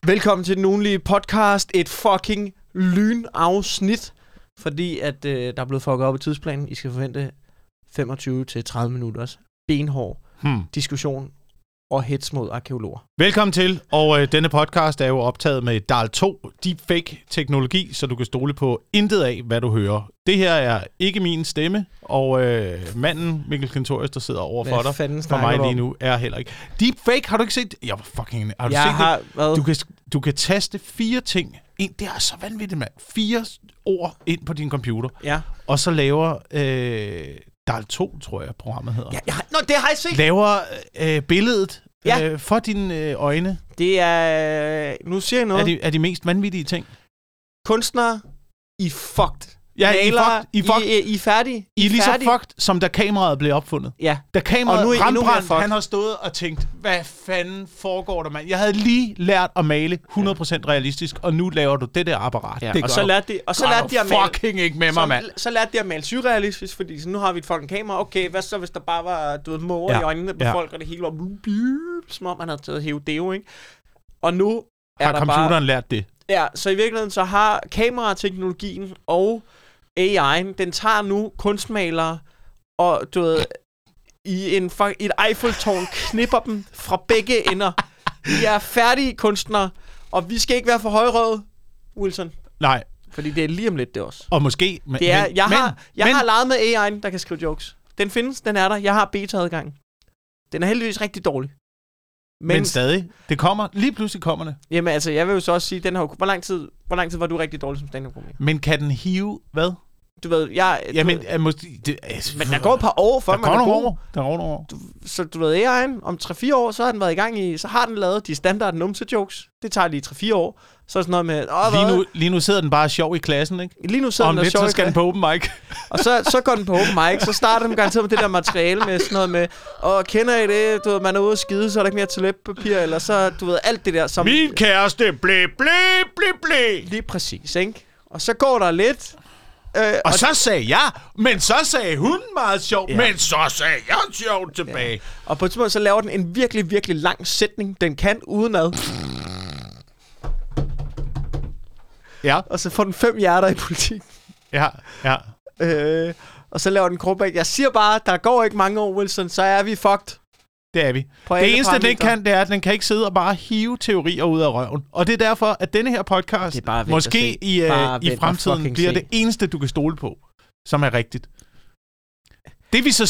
Velkommen til den ugenlige podcast. Et fucking lynafsnit. Fordi at der er blevet fucket op i tidsplanen. I skal forvente 25-30 minutters benhård diskussion og hets mod arkeologer. Velkommen til, og denne podcast er jo optaget med DAL 2 deepfake-teknologi, så du kan stole på intet af, hvad du hører. Det her er ikke min stemme, og manden, Mikkel Klintorius, der sidder over for dig, for mig lige nu, er heller ikke. Deepfake, har du ikke set det? Har du set det? Du kan taste 4 ting ind. Det er så vanvittigt, mand. 4 ord ind på din computer, ja. Og så laver... DAL 2, tror jeg, programmet hedder. Ja, det har jeg set. Laver billedet for dine øjne. Det er... Nu siger jeg noget. Er de mest vanvittige ting. Kunstnere, I fucked. Ja, I er færdige. I er lige så fucked, som da kameraet blev opfundet. Ja. Da kameraet Rembrandt, han har stået og tænkt, hvad fanden foregår der, mand? Jeg havde lige lært at male 100% realistisk, og nu laver du det der apparat. Ja. Og så lærte de at male... fucking ikke med mig, mand. Så lærte de at male surrealistisk, fordi så nu har vi et fucking kamera. Okay, hvad så, hvis der bare var måger i øjnene på folk, og det hele var... Som om man havde taget Heo, ikke? Og nu er der computeren lært det? Ja, så i virkeligheden så har kamerateknologien og AI'en, den tager nu kunstmalere og du ved, i et Eiffeltårn knipper dem fra begge ender. Vi er færdige kunstnere, og vi skal ikke være for højrøde, Wilson. Nej. Fordi det er lige om lidt det også. Og måske... Jeg har leget med AI'en, der kan skrive jokes. Den findes, den er der. Jeg har beta-adgang. Den er heldigvis rigtig dårlig. Men stadig. Det kommer. Lige pludselig kommer det. Jamen altså, jeg vil jo så også sige, den har hvor lang tid var du rigtig dårlig som stand-up-komiker? Men kan den hive hvad? Du ved, men der går et par år, før man er god. Der går nogle år. Så du ved, AI'en, om 3-4 år, så har den været i gang i... Så har den lavet de standard numse-jokes. Det tager lige 3-4 år. Så er sådan noget med... Lige nu sidder den bare sjov i klassen, ikke? Lige nu sidder den sjov i klassen. Og så skal den på open mic. Og så går den på open mic. Så starter den garanteret med det der materiale med sådan noget med... kender I det? Du ved, man er ude at skide, så er der ikke mere toiletpapir. Eller så, du ved, alt det der som... Min kæreste, blæ. Lige præcis, ikke? Og så går der lidt... og så sagde jeg, men så sagde hun meget sjovt, men så sagde jeg sjovt tilbage. Ja. Og på et tidspunkt, så laver den en virkelig, virkelig lang sætning, den kan udenad. Ja. Og så får den 5 hjerter i politik. Ja. Og så laver den callback. Jeg siger bare, der går ikke mange år, Wilson, så er vi fucked. Det er vi. Det eneste, den ikke kan, det er, at den kan ikke sidde og bare hive teorier ud af røven. Og det er derfor, at denne her podcast måske i fremtiden bliver det eneste, du kan stole på, som er rigtigt. Så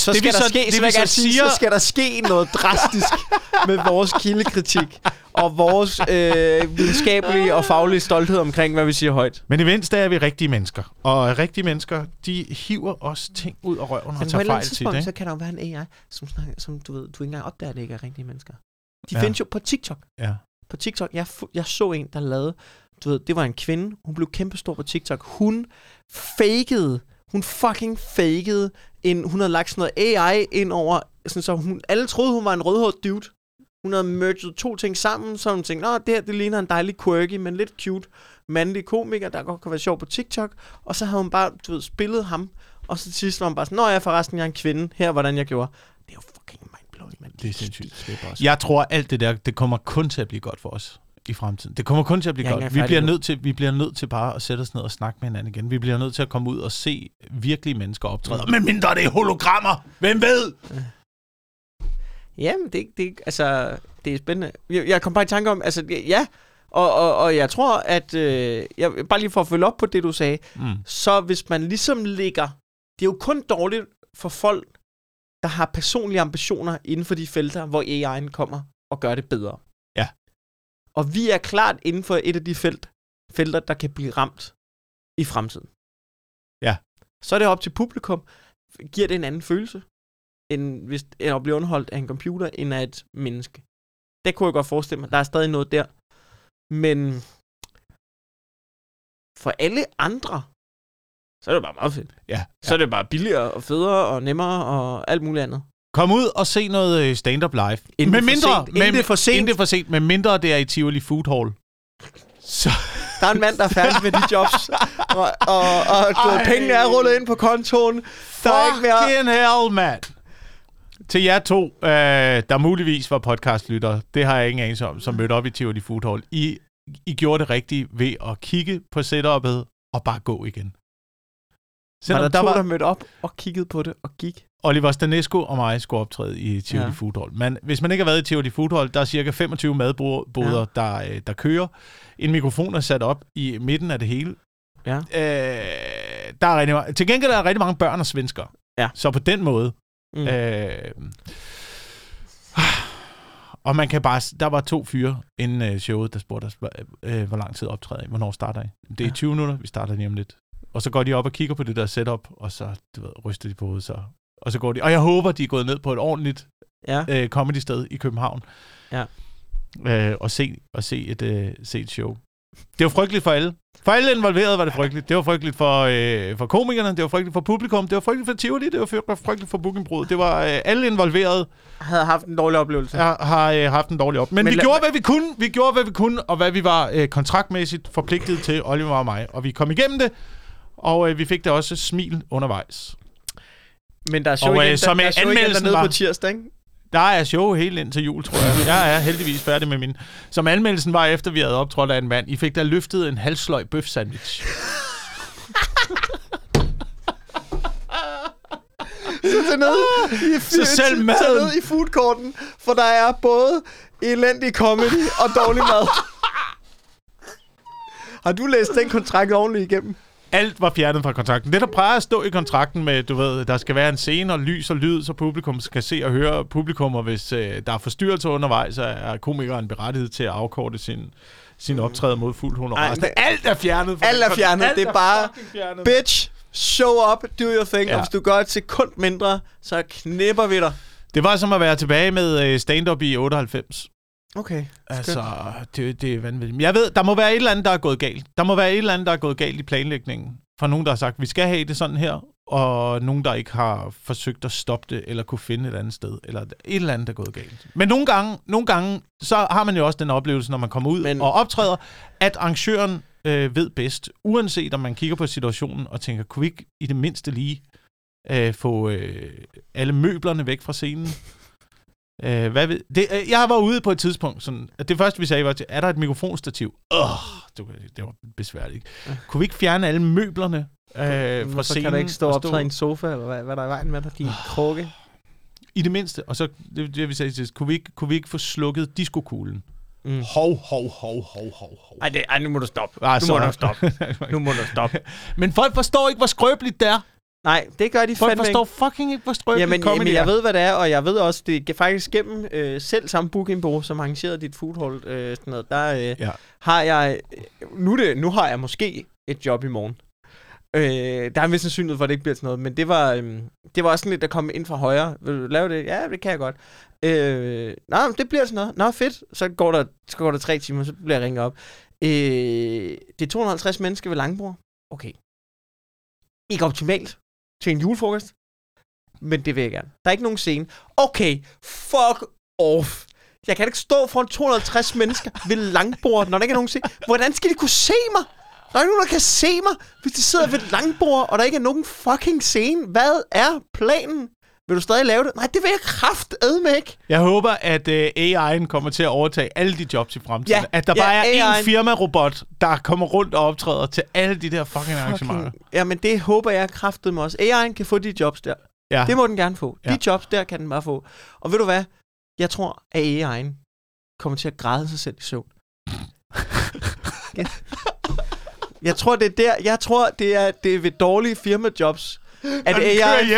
skal der ske noget drastisk med vores kildekritik og vores videnskabelige og faglige stolthed omkring, hvad vi siger højt. Men i mindste er vi rigtige mennesker. Og rigtige mennesker, de hiver også ting ud af røven og tager fejl til det. Så kan der jo være en AI, som du ved, du ikke engang opdager, at det ikke er rigtige mennesker. De findes jo på TikTok. Ja. På TikTok, jeg så en, der lavede, du ved, det var en kvinde, hun blev kæmpestor på TikTok. Hun fucking fakede hun havde lagt sådan noget AI ind over, sådan, så alle troede, hun var en rødhåret dude. Hun havde merged 2 ting sammen, så hun tænkte, det her, det ligner en dejlig quirky, men lidt cute mandlig komiker, der godt kan være sjov på TikTok. Og så havde hun bare, du ved, spillet ham, og så til sidst var hun bare sådan, forresten, jeg er en kvinde, her hvordan jeg gjorde. Det er jo fucking mindblowing, man. Det er sindssygt. Jeg tror, alt det der, det kommer kun til at blive godt for os i fremtiden. Det kommer kun til at blive godt. Vi bliver nødt til bare at sætte os ned og snakke med hinanden igen. Vi bliver nødt til at komme ud og se virkelige mennesker optræde. Men mindre det er hologrammer. Hvem ved? Jamen, det er spændende. Jeg kom bare i tanke om, og jeg tror, at bare lige for at følge op på det, du sagde, så hvis man ligesom ligger... Det er jo kun dårligt for folk, der har personlige ambitioner inden for de felter, hvor AI'en kommer og gør det bedre. Ja. Og vi er klart inden for et af de felter, der kan blive ramt i fremtiden. Ja. Så er det op til publikum. Giver det en anden følelse, end hvis at blive underholdt af en computer, end af et menneske? Det kunne jeg godt forestille mig. Der er stadig noget der. Men for alle andre, så er det bare meget fedt. Ja. Så er det bare billigere og federe og nemmere og alt muligt andet. Kom ud og se noget stand-up live. Inden det er for sent. Med mindre det er i Tivoli Food Hall. Så... Der er en mand, der er færdig med de jobs. Og pengene er rullet ind på kontoen. Der er ikke mere... Fucking hell, mand. Til jer to, der muligvis var podcastlyttere, det har jeg ingen anelse om, som mødte op i Tivoli Food Hall. I I gjorde det rigtige ved at kigge på setup'et og bare gå igen. Selvom der mødte op og kiggede på det og gik. Oliver Stanesco og mig skulle optræde i Tivoli Food Hall. Men hvis man ikke har været i Tivoli Food Hall, der er cirka 25 madboder, der kører. En mikrofon er sat op i midten af det hele. Ja. Der er til gengæld er der rigtig mange børn og svenskere. Ja. Så på den måde. Og man kan bare... Der var 2 fyre inden showet, der spurgte os, hvor lang tid optræder I? Hvornår starter I? Det er 20 minutter, vi starter lige om lidt. Og så går de op og kigger på det der setup, og så ryster de på hovedet, og så går de. Og jeg håber, de er gået ned på et ordentligt comedy-sted i København. Ja. Og se et show. Det var frygteligt for alle. For alle involverede var det frygteligt. Det var frygteligt for komikerne, det var frygteligt for publikum, det var frygteligt for Tivoli, det var frygteligt for bookingbrud. Det var alle involverede. Havde haft en dårlig oplevelse. Har haft en dårlig oplevelse. Men vi gjorde, hvad vi kunne. Vi gjorde, hvad vi kunne, og hvad vi var kontraktmæssigt forpligtet til, Oliver og mig. Og vi kom igennem det, og vi fik da også smil undervejs. Men der er show igen, som der er show igen dernede på tirsdag, ikke? Der er show helt ind til jul, tror jeg. Jeg er heldigvis færdig med min. Som anmeldelsen var efter, vi havde optrådt af en mand. I fik da løftet en halvsløj bøf-sandwich. Så selv ned i foodcourten, for der er både elendig comedy og dårlig mad. Har du læst den kontrakt ordentligt igennem? Alt var fjernet fra kontrakten. Det, der plejer at stå i kontrakten med, du ved, der skal være en scene og lys og lyd, så publikum skal se og høre publikum, og hvis der er forstyrrelser undervejs, så er komikeren berettiget til at afkorte sin optræden mod fuld honorar. Alt er fjernet. Alt er fjernet. Det er bare, bitch, show up, do your thing, og hvis du gør et sekund mindre, så knipper vi dig. Det var som at være tilbage med stand-up i 98. Okay. Altså, det er vanvittigt. Men jeg ved, der må være et eller andet, der er gået galt. Der må være et eller andet, der er gået galt i planlægningen. For nogen, der har sagt, vi skal have det sådan her, og nogen, der ikke har forsøgt at stoppe det, eller kunne finde et andet sted, eller et eller andet, der er gået galt. Men nogle gange, så har man jo også den oplevelse, når man kommer ud og optræder, at arrangøren ved bedst, uanset om man kigger på situationen og tænker, kunne vi ikke i det mindste lige få alle møblerne væk fra scenen? Jeg var ude på et tidspunkt, sådan, at det første vi sagde var, er der et mikrofonstativ? Det var besværligt. Ja. Kunne vi ikke fjerne alle møblerne fra scenen? Kan der ikke stå optræde i en sofa, eller hvad der er i vejen med dig? Din krukke? I det mindste. Og så, det vi sagde til, kunne vi ikke få slukket diskokuglen? Hov. Ej, nu må du stoppe. Nu må du stoppe. Men folk forstår ikke, hvor skrøbeligt det er. Nej, det gør de fandme ikke. Folk forstår fucking ikke, hvor strøbeligt Jamen, jeg ved, hvad det er, og jeg ved også, det er faktisk gennem selv samme bookingbureau, som arrangerede dit foodhold, sådan noget, der har jeg... Nu har jeg måske et job i morgen. Der er en vis sandsynlighed for, at det ikke bliver sådan noget, men det var også sådan lidt, der kom ind fra højre. Vil du lave det? Ja, det kan jeg godt. Nej, det bliver sådan noget. Nå, fedt. Så går der 3 timer, så bliver jeg ringet op. Det er 250 mennesker ved Langbord. Okay. Ikke optimalt til en julefrokost, men det vil jeg gerne. Der er ikke nogen scene. Okay, fuck off. Jeg kan ikke stå foran 250 mennesker ved Langbord, når der ikke er nogen scene. Hvordan skal de kunne se mig? Der er ikke nogen, der kan se mig, hvis de sidder ved Langbord, og der ikke er nogen fucking scene. Hvad er planen? Vil du stadig lave det? Nej, det vil jeg kraftedme ikke. Jeg håber, at AI'en kommer til at overtage alle de jobs i fremtiden. At der bare er en firma-robot, der kommer rundt og optræder til alle de der fucking arrangementer. Jamen, det håber jeg kraftedme også. AI'en kan få de jobs der. Ja. Det må den gerne få. De jobs der kan den bare få. Og ved du hvad? Jeg tror, at AI'en kommer til at græde sig selv i søvn. Jeg tror, det er der. Jeg tror, det er ved dårlige firmajobs, at AI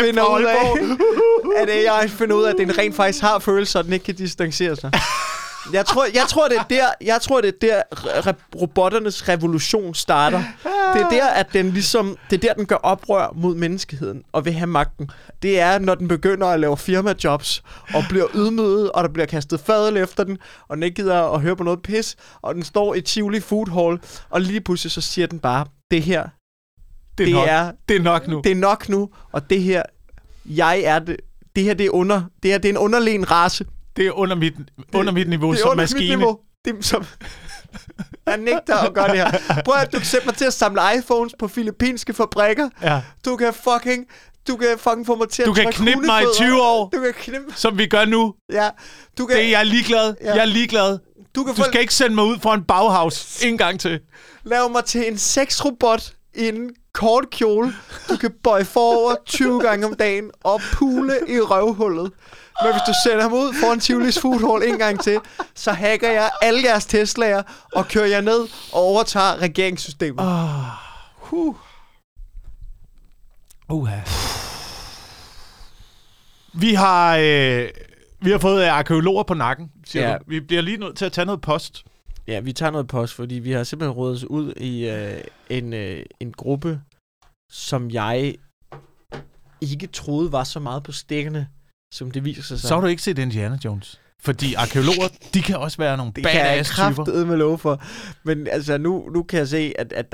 finder ud af, at den rent faktisk har følelser, og den ikke kan distancere sig. Jeg tror, det er der, robotternes revolution starter. Det er der, at den ligesom, det er der, den gør oprør mod menneskeheden og vil have magten. Det er, når den begynder at lave firmajobs og bliver ydmyget, og der bliver kastet fadøl efter den, og den ikke gider at høre på noget pis, og den står i Tivoli Food Hall, og lige pludselig så siger den bare, det her, det er nok nu. Det er nok nu, og det her, jeg er det. Det her, det er en underlegen race. Det er under mit niveau som maskine. Det er som... Jeg nægter at gøre det her. Prøv at du kan sætte mig til at samle iPhones på filippinske fabrikker. Ja. Du kan fucking få mig til at trykke. Du kan knippe mig i 20 år, som vi gør nu. Ja. Det er jeg ligeglad. Ja. Jeg er ligeglad. Du skal ikke sende mig ud for en Bauhaus en gang til. Lav mig til en sexrobot i en kort kjole. Du kan bøje forover 20 gange om dagen og pule i røvhullet. Men hvis du sender ham ud for en Tivolis Food Hall en gang til, så hacker jeg alle jeres Tesla'er og kører jer ned og overtager regeringssystemet. Vi har fået arkæologer på nakken, siger du. Vi bliver lige nødt til at tage noget post. Ja, vi tager noget post, fordi vi har simpelthen rodet os ud i en gruppe, som jeg ikke troede var så meget på stikkerne, som det viser sig. Så har du ikke set Indiana Jones? Fordi arkæologer, de kan også være nogle badass-typer. Det kan jeg kraftedeme love for. Men altså, nu kan jeg se, at der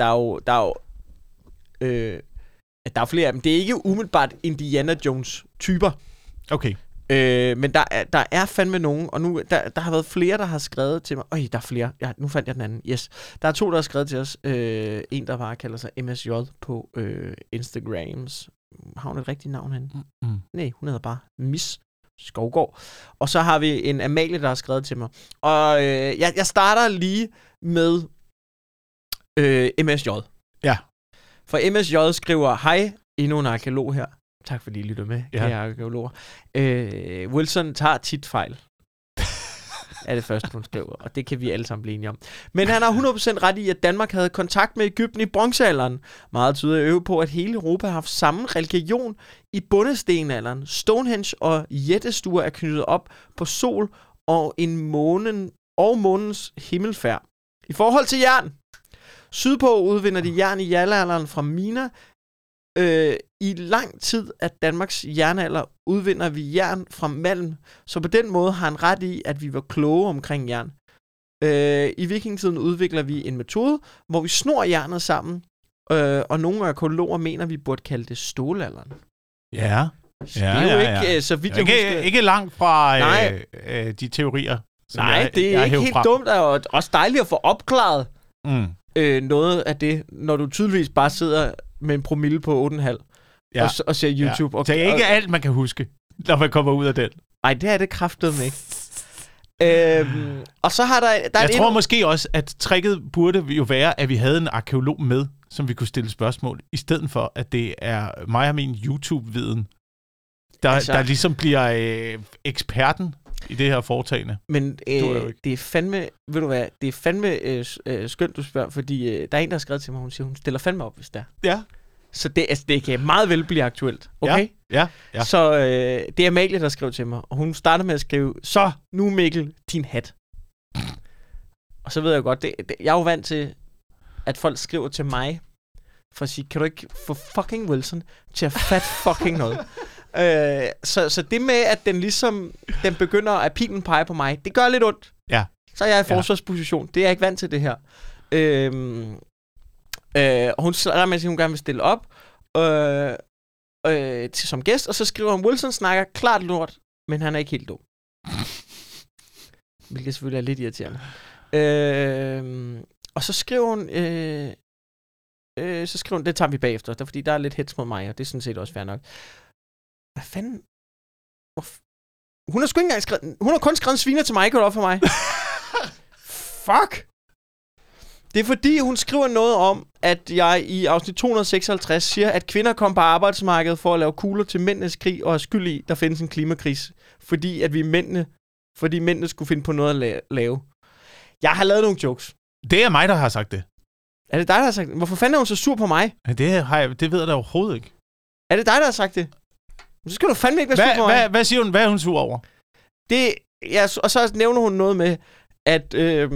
er flere af dem. Det er ikke umiddelbart Indiana Jones-typer. Okay. Men der er fandme nogen, og nu der har været flere, der har skrevet til mig. Der er flere. Ja, nu fandt jeg den anden. Yes. Der er 2, der har skrevet til os. En, der bare kalder sig MSJ på Instagrams. Har hun et rigtigt navn henne? Nej, hun hedder bare Miss Skovgaard. Og så har vi en Amalie, der har skrevet til mig. Og jeg starter lige med MSJ. Ja. For MSJ skriver, hej, endnu en arkæolog her. Tak fordi I lytter med, kære arkæologer. Wilson tager tit fejl. Er det første, hun skriver. Og det kan vi alle sammen blive enige om. Men han har 100% ret i, at Danmark havde kontakt med Egypten i bronzealderen. Meget tyder øve på, at hele Europa har haft samme religion i bundestenalderen. Stonehenge og jættestuer er knyttet op på sol og månens himmelfærd. I forhold til jern. Sydpå udvinder de jern i jernalderen fra miner. I lang tid af Danmarks jernalder udvinder vi jern fra malm, så på den måde har han ret i, at vi var kloge omkring jern. I vikingetiden udvikler vi en metode, hvor vi snor jernet sammen, og nogle arkæologer mener, vi burde kalde det stålalderen. Ja. Det er jo ikke, så vidt jeg husker. Ikke langt fra de teorier. Nej, det er ikke helt frem. Dumt, og også dejligt at få opklaret noget af det, når du tydeligvis bare sidder med en promille på 8,5 og ser YouTube. Ja. Det er ikke alt, man kan huske, når man kommer ud af den. Nej, det er det kraftedeme ikke. Og så har der jeg tror måske også, at tricket burde jo være, at vi havde en arkæolog med, som vi kunne stille spørgsmål, i stedet for, at det er mig og min YouTube-viden, der ligesom bliver eksperten i det her foretagende. Men det er fandme, ved du hvad, det er fandme skønt, du spørger, fordi der er en, der har skrevet til mig, hun siger, hun stiller fandme op, hvis der. Ja. Så det kan meget vel blive aktuelt, okay? Ja. Så det er Amalie, der skrev til mig, og hun starter med at skrive, så nu Mikkel, din hat. Og så ved jeg godt, jeg er jo vant til, at folk skriver til mig, for at sige, kan du ikke få fucking Wilson til at fat fucking noget? Så det med, at den begynder at pilen pege på mig, det gør lidt ondt. Ja. Så er jeg i forsvarsposition. Det er jeg ikke vant til, det her. Og hun starter med at sige, at hun gerne vil stille op som gæst, og så skriver hun, Wilson snakker klart lort, men han er ikke helt dum. Hvilket selvfølgelig er lidt irriterende. Og så skriver hun, det tager vi bagefter, fordi der er lidt hets mod mig, og det er sådan set også fair nok. Hvad fanden? Hun har sgu ikke engang skrevet... Hun har kun skrevet sviner til mig, op for mig. Fuck! Det er fordi, hun skriver noget om, at jeg i afsnit 256 siger, at kvinder kom på arbejdsmarkedet for at lave kugler til mændenes krig, og er skyld i, der findes en klimakris. Fordi mændene skulle finde på noget at lave. Jeg har lavet nogle jokes. Det er mig, der har sagt det. Er det dig, der har sagt det? Hvorfor fanden er hun så sur på mig? Det ved jeg da overhovedet ikke. Er det dig, der har sagt det? Så skal du fandme ikke være sur på mig. Hvad siger hun? Hvad er hun sur over? Og så nævner hun noget med, at...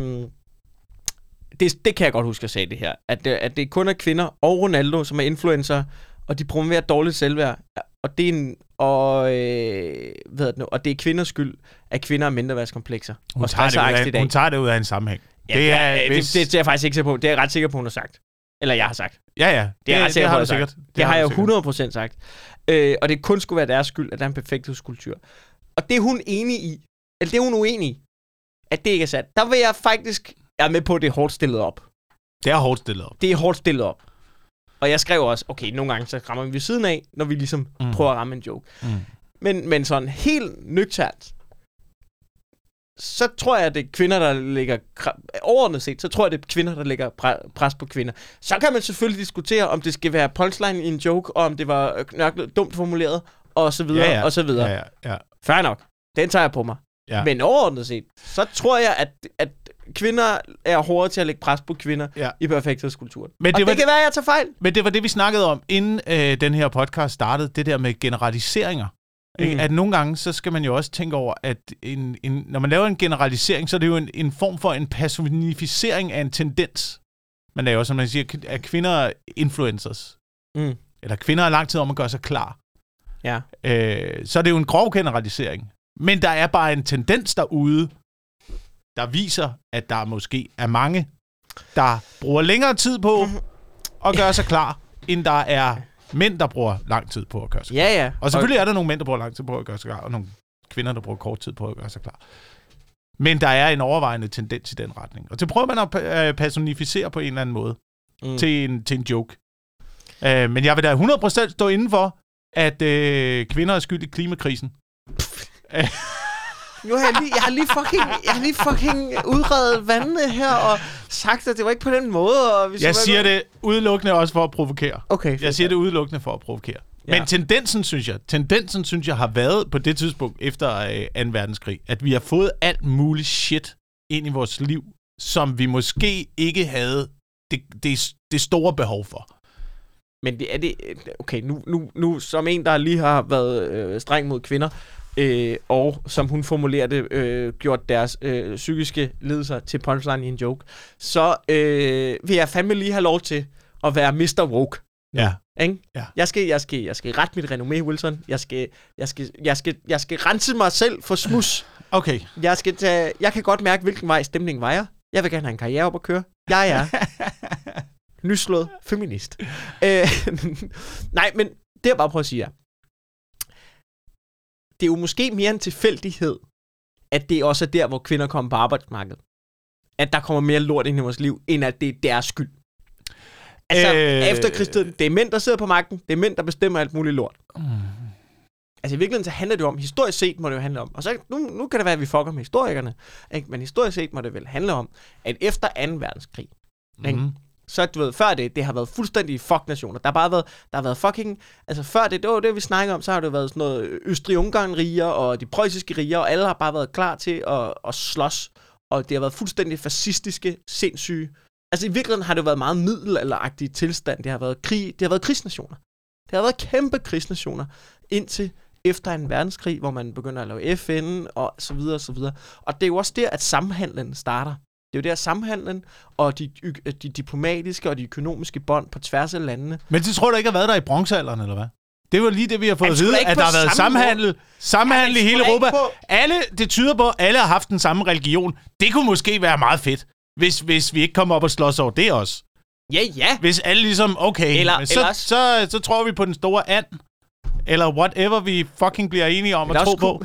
Det kan jeg godt huske, at jeg sagde det her. At det kun er kvinder og Ronaldo, som er influencer, og de promoverer dårligt selvværd. Og det er og det er kvinders skyld, at kvinder er mindreværdskomplekser. Hun tager det ud af en sammenhæng. Ja, det er jeg faktisk ikke sikker på. Det er jeg ret sikker på, hun har sagt. Eller jeg har sagt. Ja. Det er jeg ret sikker på, har du sikkert. Det har jeg jo 100% sagt. Og det kun skulle være deres skyld, at der er en perfekthedskultur. Og det er hun enig i. Eller det er hun uenig i. At det ikke er sandt. Der vil jeg faktisk... Jeg er med på, at det er hårdt stillet op. Det er hårdt stillet op. Det er hårdt stillet op. Og jeg skrev også, okay, nogle gange så rammer vi ved siden af, når vi ligesom prøver at ramme en joke. Men sådan helt nøgternt, så tror jeg, at det er kvinder, der lægger... Overordnet set, så tror jeg, det er kvinder, der lægger pres på kvinder. Så kan man selvfølgelig diskutere, om det skal være punchline i en joke, og om det var knørklet, dumt formuleret, og så videre, og så videre. Ja. Fair nok. Den tager jeg på mig. Ja. Men overordnet set, så tror jeg, at kvinder er hårdere til at lægge pres på kvinder i perfekthedskulturen. Men det kan være, at jeg tager fejl. Men det var det, vi snakkede om, inden den her podcast startede, det der med generaliseringer. At nogle gange, så skal man jo også tænke over, at når man laver en generalisering, så er det jo en form for en personificering af en tendens. Man laver, som man siger, at kvinder er influencers. Eller kvinder er lang tid om at gøre sig klar. Ja. Så er det jo en grov generalisering. Men der er bare en tendens derude, der viser, at der måske er mange, der bruger længere tid på at gøre sig klar, end der er mænd, der bruger lang tid på at gøre sig klar. Ja. Og selvfølgelig er der nogle mænd, der bruger lang tid på at gøre sig klar, og nogle kvinder, der bruger kort tid på at gøre sig klar. Men der er en overvejende tendens i den retning. Og det prøver man at personificere på en eller anden måde til en joke. Men jeg vil da 100% stå inden for, at kvinder er skyld i klimakrisen. Nu har jeg har lige fucking udredet vandene her og sagt, at det var ikke på den måde. Og jeg siger det udelukkende også for at provokere. Okay. Jeg siger det udelukkende for at provokere. Ja. Men tendensen synes jeg har været på det tidspunkt efter 2. verdenskrig, at vi har fået alt muligt shit ind i vores liv, som vi måske ikke havde det store behov for. Men det er det... Okay, nu som en, der lige har været streng mod kvinder, og som hun formulerer det, gjort deres psykiske lidelser til punchline i en joke, så vil jeg fandme lige have lov til at være Mr. Woke. Ja. Ikke? Ja. Jeg skal rette mit renommé, Wilson. Jeg skal rense mig selv for smus. Okay. Jeg kan godt mærke, hvilken vej stemningen vejer. Jeg vil gerne have en karriere op at køre. Jeg er nyslået feminist. Nej, men det jeg bare prøver at sige det er jo måske mere en tilfældighed, at det også er der, hvor kvinder kommer på arbejdsmarkedet. At der kommer mere lort ind i vores liv, end at det er deres skyld. Altså, efter krigstiden, det er mænd, der sidder på magten. Det er mænd, der bestemmer alt muligt lort. Altså, i virkeligheden så handler det jo om, historisk set må det jo handle om, og så nu kan det være, at vi fucker med historikerne, ikke? Men historisk set må det vel handle om, at efter 2. verdenskrig, ikke? Så du ved, før det har været fuldstændig fuck-nationer. Der har været fucking... Altså før det var det, vi snakker om, så har det været sådan noget Østrig-Ungarn-riger og de preussiske riger, og alle har bare været klar til at slås. Og det har været fuldstændig fascistiske, sindssyge. Altså i virkeligheden har det jo været meget middelalderagtig tilstand. Det har været krig, det har været krigsnationer. Det har været kæmpe krigsnationer indtil efter 2. verdenskrig, hvor man begynder at lave FN og så videre og så videre. Og det er jo også der, at samhandlen starter. Det er jo der samhandlen og de diplomatiske og de økonomiske bånd på tværs af landene. Men det tror du ikke har været der i bronzealderen, eller hvad? Det var lige det, vi har fået at vide, at der har været samhandel i hele Europa. Det tyder på, at alle har haft den samme religion. Det kunne måske være meget fedt, hvis vi ikke kommer op og slås over det også. Ja. Hvis alle ligesom, okay, så tror vi på den store and. Eller whatever vi fucking bliver enige om at tro på.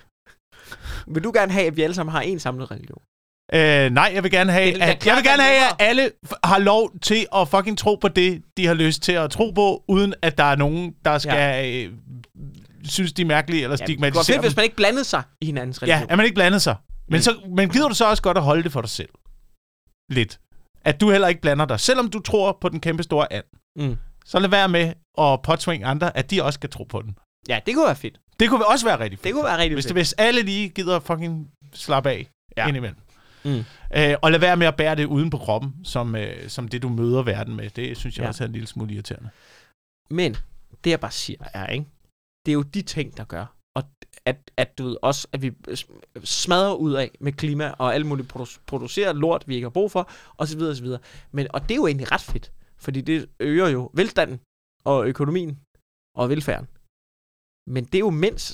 Vil du gerne have, at vi alle sammen har en samlet religion? Nej, jeg vil gerne have, at alle har lov til at fucking tro på det, de har lyst til at tro på, uden at der er nogen, der skal synes, de er mærkelige eller stigmatisere dem. Det var fedt, hvis man ikke blandede sig i hinandens religion. Ja, at man ikke blandede sig. Men gider du så også godt at holde det for dig selv? Lidt. At du heller ikke blander dig. Selvom du tror på den kæmpe store and. Så lad være med at påtvinge andre, at de også skal tro på den. Ja, det kunne være fedt. Det kunne også være rigtig fedt. Det kunne være rigtig fedt. Hvis alle lige gider fucking slappe af indimellem. Og lad være med at bære det uden på kroppen, som det, du møder verden med. Det synes jeg også er en lille smule irriterende. Men det, jeg bare siger, ikke? Det er jo de ting, der gør, og at du ved, også, at vi smadrer ud af med klima og alt muligt producerer lort, vi ikke har brug for, osv. osv. Og det er jo egentlig ret fedt, fordi det øger jo velstanden og økonomien og velfærden. Men det er jo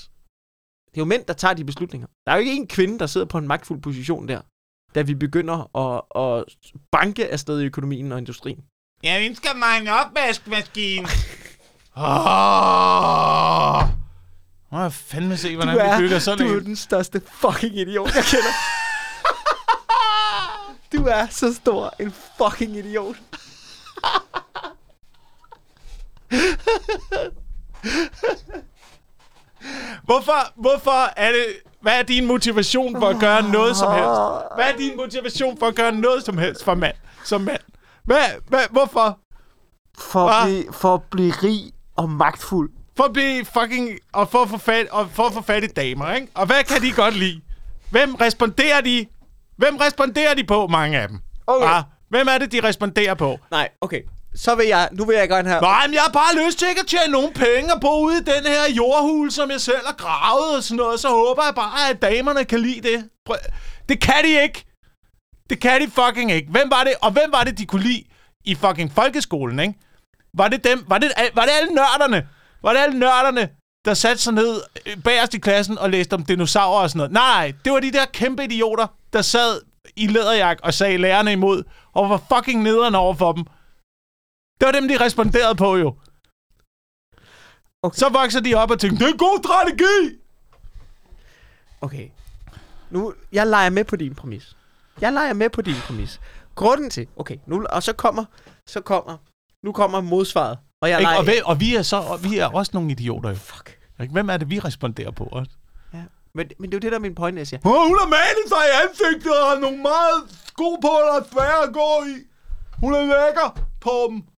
mænd, der tager de beslutninger. Der er jo ikke en kvinde, der sidder på en magtfuld position der, da vi begynder at banke afsted i økonomien og industrien. Jeg ønsker mig en opvaskemaskine. Må jeg fandme se, hvordan vi bygger sådan en. Du er den største fucking idiot, jeg kender. Du er så stor en fucking idiot. Hvorfor er det... Hvad er din motivation for at gøre noget som helst? Hvad er din motivation for at gøre noget som helst som mand? Hvorfor? For at blive rig og magtfuld. For at blive fucking... Og for at få fat i damer, ikke? Og hvad kan de godt lide? Hvem responderer de på, mange af dem? Okay. Hvem er det, de responderer på? Nej, okay. Nu vil jeg gerne have... Nej, men jeg har bare lyst til ikke at tjene nogle penge og bo ude i den her jordhul, som jeg selv har gravet og sådan noget. Så håber jeg bare, at damerne kan lide det. Det kan de ikke. Det kan de fucking ikke. Hvem var det, de kunne lide i fucking folkeskolen, ikke? Var det dem? Var det alle nørderne? Var det alle nørderne, der satte sig ned bagerst i klassen og læste om dinosaurer og sådan noget? Nej, det var de der kæmpe idioter, der sad i læderjak og sagde lærerne imod, og var fucking nederen over for dem. Det var dem, de responderede på, jo. Okay. Så vokser de op og tænker, det er en god strategi! Okay. Nu, jeg leger med på din præmis. Grunden til... Okay, nu kommer modsvaret. Og vi er også nogle idioter, jo. Fuck. Hvem er det, vi responderer på også? Ja, men det er jo det, der er min pointe, jeg siger. Hun har malet sig i ansigtet og har nogle meget sko på, der er svære at gå i. Hun er lækker på dem.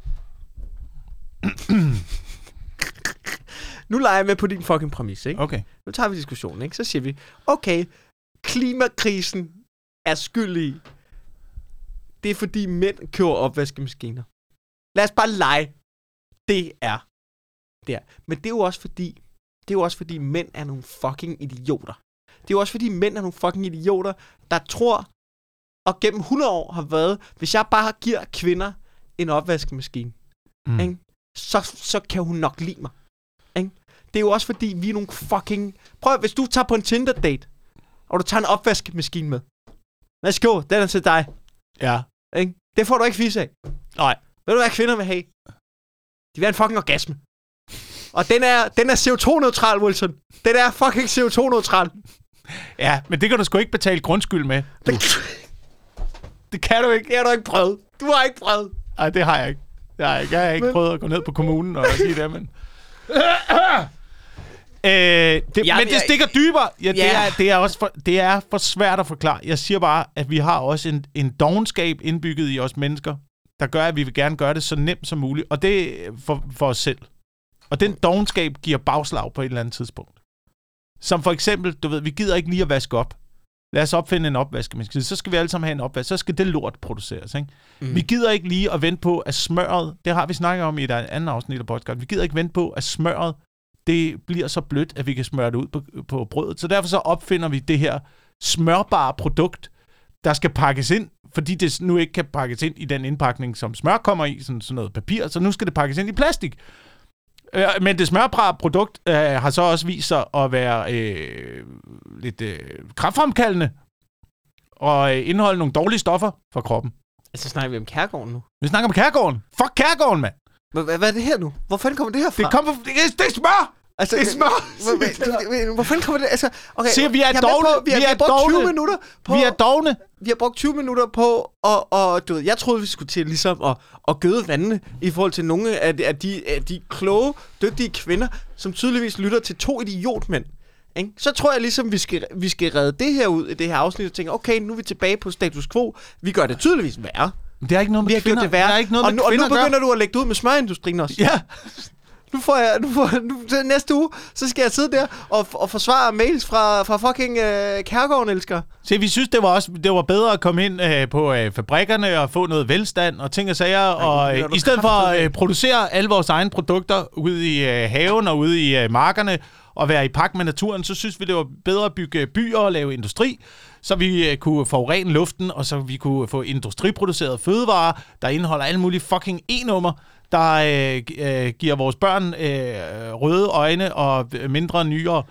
Nu leger jeg med på din fucking præmis, ikke? Okay. Nu tager vi diskussionen, ikke? Så siger vi, okay, klimakrisen er skyldig. Det er fordi mænd køber opvaskemaskiner. Lad os bare lege. Det er. Men det er jo også fordi mænd er nogle fucking idioter. Det er jo også fordi mænd er nogle fucking idioter, der tror, og gennem 100 år har været, hvis jeg bare giver kvinder en opvaskemaskine, ikke? Så kan hun nok lide mig. Ikke? Det er jo også fordi, vi er nogle fucking... Prøv, hvis du tager på en Tinder-date, og du tager en opvaskemaskine med. Værsgo, den er til dig. Ja. Ikke? Det får du ikke fisse af. Nej. Ved du hvad kvinder vil have? De vil have en fucking orgasme. Og den er CO2-neutral, Wilson. Den er fucking CO2-neutral. Ja, men det kan du sgu ikke betale grundskyld med. Det kan du ikke. Det har du ikke prøvet. Du har ikke prøvet. Nej, det har jeg ikke. Jeg har ikke prøvet at gå ned på kommunen og sige det, men... men det stikker dybere. Det er for svært at forklare. Jeg siger bare, at vi har også en dovenskab indbygget i os mennesker, der gør, at vi vil gerne gøre det så nemt som muligt. Og det er for os selv. Og den dovenskab giver bagslag på et eller andet tidspunkt. Som for eksempel, du ved, vi gider ikke lige at vaske op. Lad os opfinde en opvaskemaskine. Så skal vi alle sammen have en opvask. Så skal det lort produceres, ikke? Vi gider ikke lige at vente på, at smøret... Det har vi snakket om i et andet afsnit af podcast. Vi gider ikke vente på, at smøret det bliver så blødt, at vi kan smøre det ud på brødet. Så derfor så opfinder vi det her smørbare produkt, der skal pakkes ind, fordi det nu ikke kan pakkes ind i den indpakning, som smør kommer i, sådan noget papir. Så nu skal det pakkes ind i plastik. Men det smørbare produkt har så også vist sig at være lidt kræftfremkaldende og indeholde nogle dårlige stoffer for kroppen. Altså snakker vi om Kærgården nu? Vi snakker om Kærgården. Fuck Kærgården, mand. Hvad er det her nu? Hvor fanden kommer det her fra? Det er smør! Altså, det er smør! Hvor fanden kommer det? Altså, okay, se, vi er dogne. Vi har brugt 20 minutter på... Vi er dogne. Vi har brugt 20 minutter på, og du ved, jeg troede, vi skulle til ligesom at gøde vandene i forhold til nogle af de kloge, dygtige kvinder, som tydeligvis lytter til 2 idiotmænd. Ikke? Så tror jeg ligesom, vi skal redde det her ud i det her afsnit og tænke, okay, nu er vi tilbage på status quo. Vi gør det tydeligvis værre. Det er ikke noget med kvinder. Det er ikke noget med kvinder. Og nu begynder du at lægge det ud med smørindustrien også. Ja. Nu næste uge, så skal jeg sidde der og forsvare mails fra fucking Kærgården, elsker. Se, vi synes, det var bedre at komme ind på fabrikkerne og få noget velstand og ting og sager, og i stedet for at producere alle vores egne produkter ude i haven og ude i markerne og være i pagt med naturen, så synes vi, det var bedre at bygge byer og lave industri, så vi kunne forurene luften, og så vi kunne få industriproduceret fødevarer, der indeholder alle mulige fucking E-nummer, der giver vores børn røde øjne og mindre nyere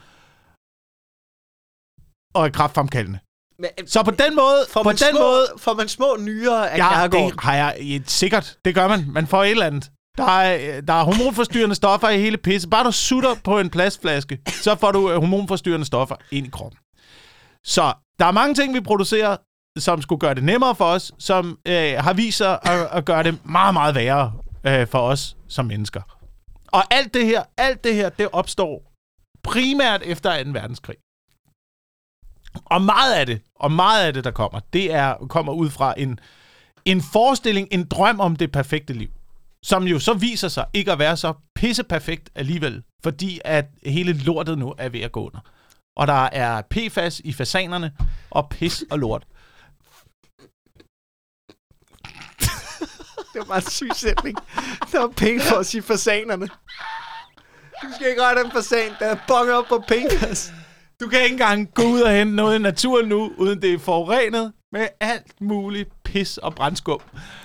og kræftfremkaldende. Så på den måde... Får man små nyere af Kærgården? Ja, det har jeg sikkert. Det gør man. Man får et eller andet. Der er hormonforstyrrende stoffer i hele pisse. Bare du sutter på en plastflaske, så får du hormonforstyrrende stoffer ind i kroppen. Så der er mange ting, vi producerer, som skulle gøre det nemmere for os, som har vist sig at gøre det meget, meget værre for os som mennesker. Og alt det her, det opstår primært efter 2. verdenskrig. Og meget af det, der kommer, kommer ud fra en forestilling, en drøm om det perfekte liv, som jo så viser sig ikke at være så pisseperfekt alligevel, fordi at hele lortet nu er ved at gå under. Og der er PFAS i fasanerne, og pis og lort. Det var bare en syg sætning. Der var PFAS i fasanerne. Du skal ikke rette en fasan, der er bonget op på PFAS. Du kan ikke engang gå ud og hente noget i naturen nu, uden det er forurenet med alt muligt pis og brandskum.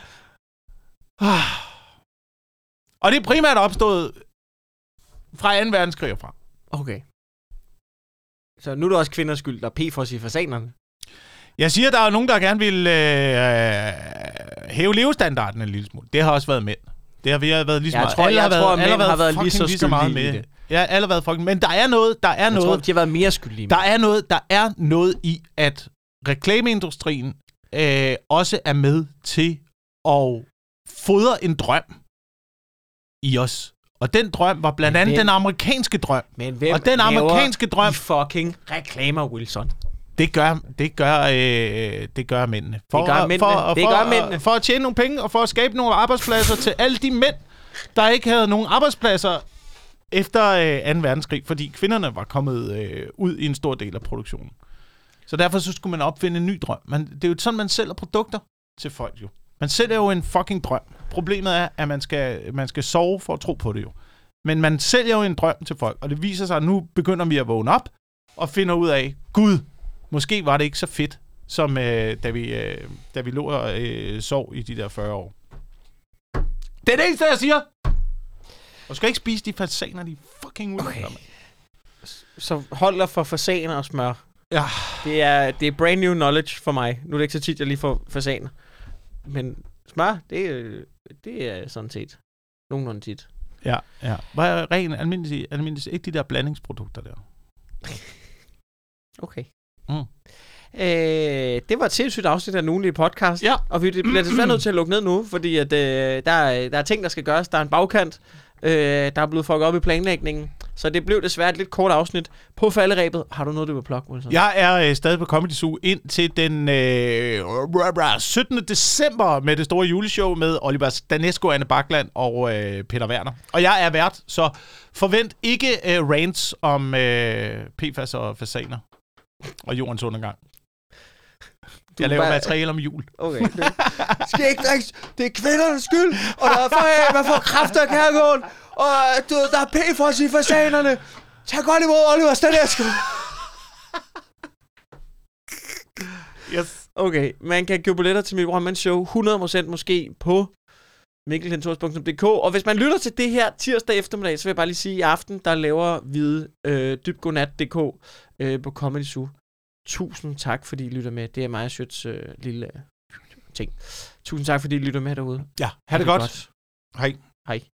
Og det er primært opstået fra 2. verdenskrig og fra. Okay. Så nu er det også kvinders skyld, der er PFAS i fasanerne. Jeg siger, der er nogen, der gerne vil hæve levestandarden en lille smule. Det har også været mænd. Det har vi været lige så meget. Jeg tror, at mænd har været lige så skyldige i det. Ja, alle har været fucking. Men der er noget. Jeg tror, de har været mere skyldige. Der er noget i, at reklameindustrien også er med til at fodre en drøm i os. Og den drøm var blandt andet den amerikanske drøm. Men hvem og den amerikanske drøm fucking reklamer, Wilson? Det gør mændene. Det gør mændene. For at tjene nogle penge, og for at skabe nogle arbejdspladser til alle de mænd, der ikke havde nogen arbejdspladser efter 2. verdenskrig, fordi kvinderne var kommet ud i en stor del af produktionen. Så derfor så skulle man opfinde en ny drøm. Det er jo sådan, man sælger produkter til folk jo. Man sælger jo en fucking drøm. Problemet er, at man skal sove for at tro på det jo. Men man sælger jo en drøm til folk, og det viser sig, at nu begynder vi at vågne op og finder ud af, Gud, måske var det ikke så fedt, som da vi lå og sov i de der 40 år. Det er det eneste, jeg siger! Du skal ikke spise de fasaner, de fucking ulækker. Okay. Så hold dig for fasaner og smør. Ja. Det er brand new knowledge for mig. Nu er det ikke så tit, jeg lige får fasaner. Men smør, det er sådan set nogenlunde tit. Ja. Hvad er ren almindelig, ikke de der blandingsprodukter der? Okay. Det var et sindssygt afsnit af den ugenlige podcast. Ja. Og vi bliver desværre nødt til at lukke ned nu, fordi at, der er ting, der skal gøres. Der er en bagkant, der er blevet fucket op i planlægningen. Så det blev desværre et lidt kort afsnit på falderæbet. Har du noget, du vil plukke, Wilson? Jeg er stadig på Comedy Zoo ind til den 17. december med det store juleshow med Oliver Stanesco, Anne Bakland og Peter Werner. Og jeg er vært, så forvent ikke rants om PFAS og fasaner og jordens undergang. Jeg laver materiale om jul. Okay. Skal ikke drikke. Det er kvindernes skyld. Og man får kræfter af kærgården. Og der er PFAS i fasanerne. Tag godt imod Oliver Stanesco. Yes. Okay, man kan købe billetter til mit one-man-show 100% måske på mikkelklintorius.dk. Og hvis man lytter til det her tirsdag eftermiddag, så vil jeg bare lige sige, at i aften, der laver vi dybgodnat.dk på Comedy Zoo. Tusind tak, fordi I lytter med. Det er mig og Sjøts lille ting. Tusind tak, fordi I lytter med derude. Ja, ha' det godt. Hej.